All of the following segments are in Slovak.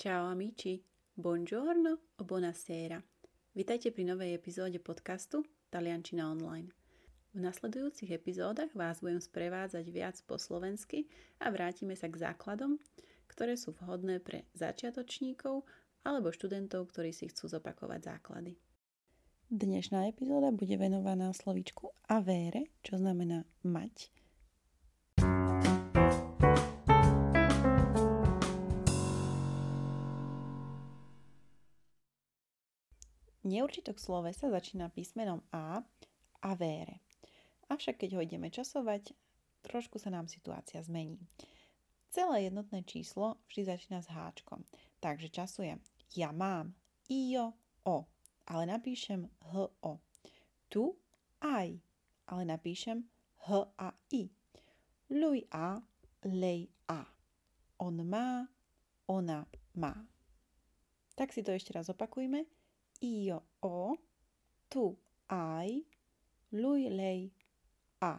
Ciao amici, buongiorno o buonasera. Vitajte pri novej epizóde podcastu Taliančina online. V nasledujúcich epizódach vás budem sprevádzať viac po slovensky a vrátime sa k základom, ktoré sú vhodné pre začiatočníkov alebo študentov, ktorí si chcú zopakovať základy. Dnešná epizóda bude venovaná slovíčku avere, čo znamená mať. Neurčitok slovesa začína písmenom A, avere. Avšak keď ho ideme časovať, trošku sa nám situácia zmení. Celé jednotné číslo vždy začína s háčkom. Takže časujem ja mám, io, o, ale napíšem ho. Tu, aj, ale napíšem h a i. Lui a, lei a. On má, ona má. Tak si to ešte raz opakujme. Io ho, tu hai, lui lei ha.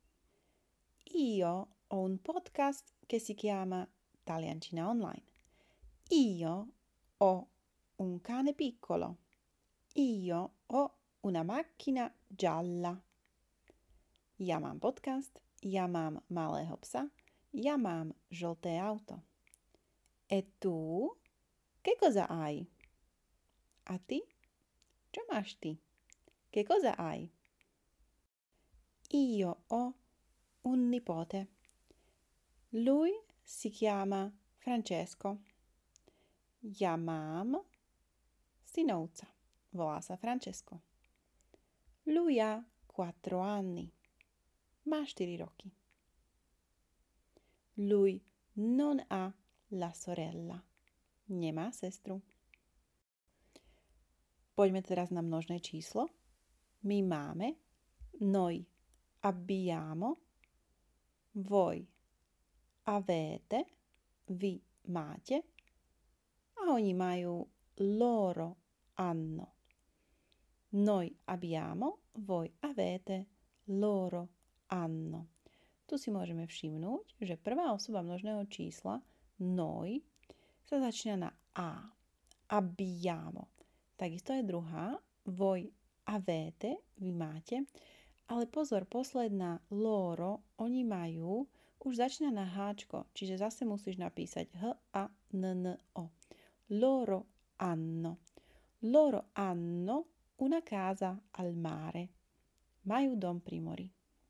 Io ho un podcast che si chiama Taliančina Online. Io ho un cane piccolo. Io ho una macchina gialla. Ja mám podcast, ja mám malého psa, ja mám žlté auto. E tu? Che cosa hai? A ty? Čo máš ty? Che cosa hai? Io ho un nipote. Lui si chiama Francesco. Ja mám synovca. Volá sa Francesco. Lui ha 4 anni. Má 4 roky. Lui non ha la sorella. Nemá sestru. Poďme teraz na množné číslo. My máme, noi abbiamo, voi avete, vy máte a oni majú loro hanno. Noi abbiamo, voi avete, loro hanno. Tu si môžeme všimnúť, že prvá osoba množného čísla noi sa začína na a. Abbiamo. Takisto je druhá, voi avete, vy máte, ale pozor, posledná loro, oni majú, už začína na háčko, čiže zase musíš napísať h, a, n, n, o. Loro hanno. Loro hanno una casa al mare. Majú dom pri mori.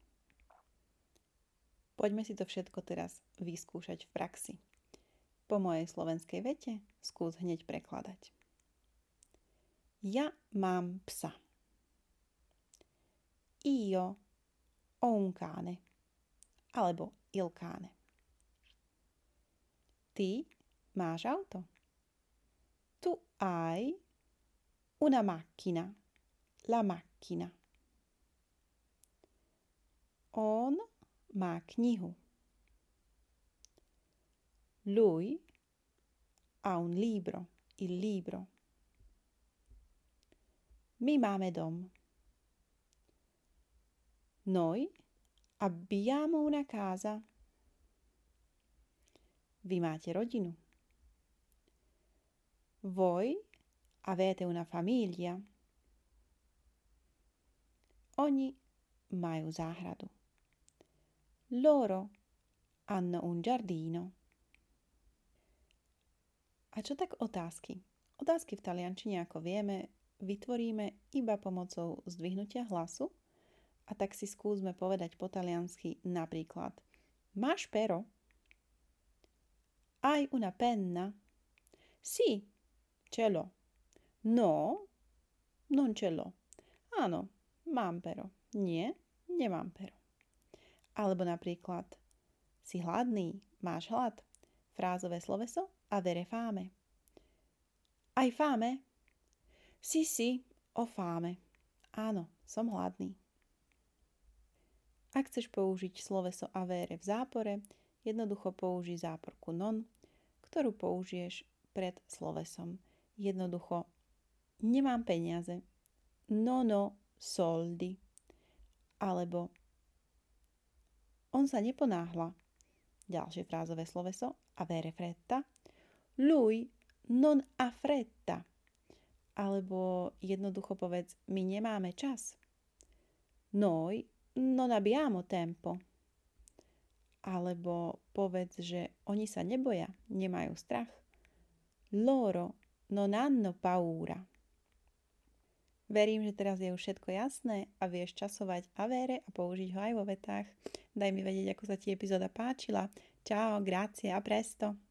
Poďme si to všetko teraz vyskúšať v praxi. Po mojej slovenskej vete skús hneď prekladať. Ja mám psa. Io ho un cane. Alebo il cane. Ty máš auto. Tu hai una macchina. La macchina. On má knihu. Lui ha un libro. Il libro. My máme dom. Noi abbiamo una casa. Vy máte rodinu. Voi avete una famiglia. Oni majú záhradu. Loro hanno un giardino. A čo tak otázky? Otázky v taliančine, ako vieme, vytvoríme iba pomocou zdvihnutia hlasu a tak si skúsme povedať po taliansky napríklad Máš pero? Hai una penna? Sì, ce l'ho. No, non ce l'ho. Áno, mám pero. Nie, nemám pero. Alebo napríklad Si hladný? Máš hlad? Frázové sloveso avere fame. Hai fame? Sì, ho fame. Áno, som hladný. Ak chceš použiť sloveso avere v zápore, jednoducho použij záporku non, ktorú použiješ pred slovesom. Jednoducho nemám peniaze. Non ho soldi. Alebo on sa neponáhla. Ďalšie frázové sloveso avere fretta. Lui non ha fretta. Alebo jednoducho povedz, my nemáme čas. Noi non abbiamo tempo. Alebo povedz, že oni sa neboja, nemajú strach. Loro non hanno paura. Verím, že teraz je už všetko jasné a vieš časovať avere a použiť ho aj vo vetách. Daj mi vedieť, ako sa ti epizóda páčila. Čau, grazie, a presto.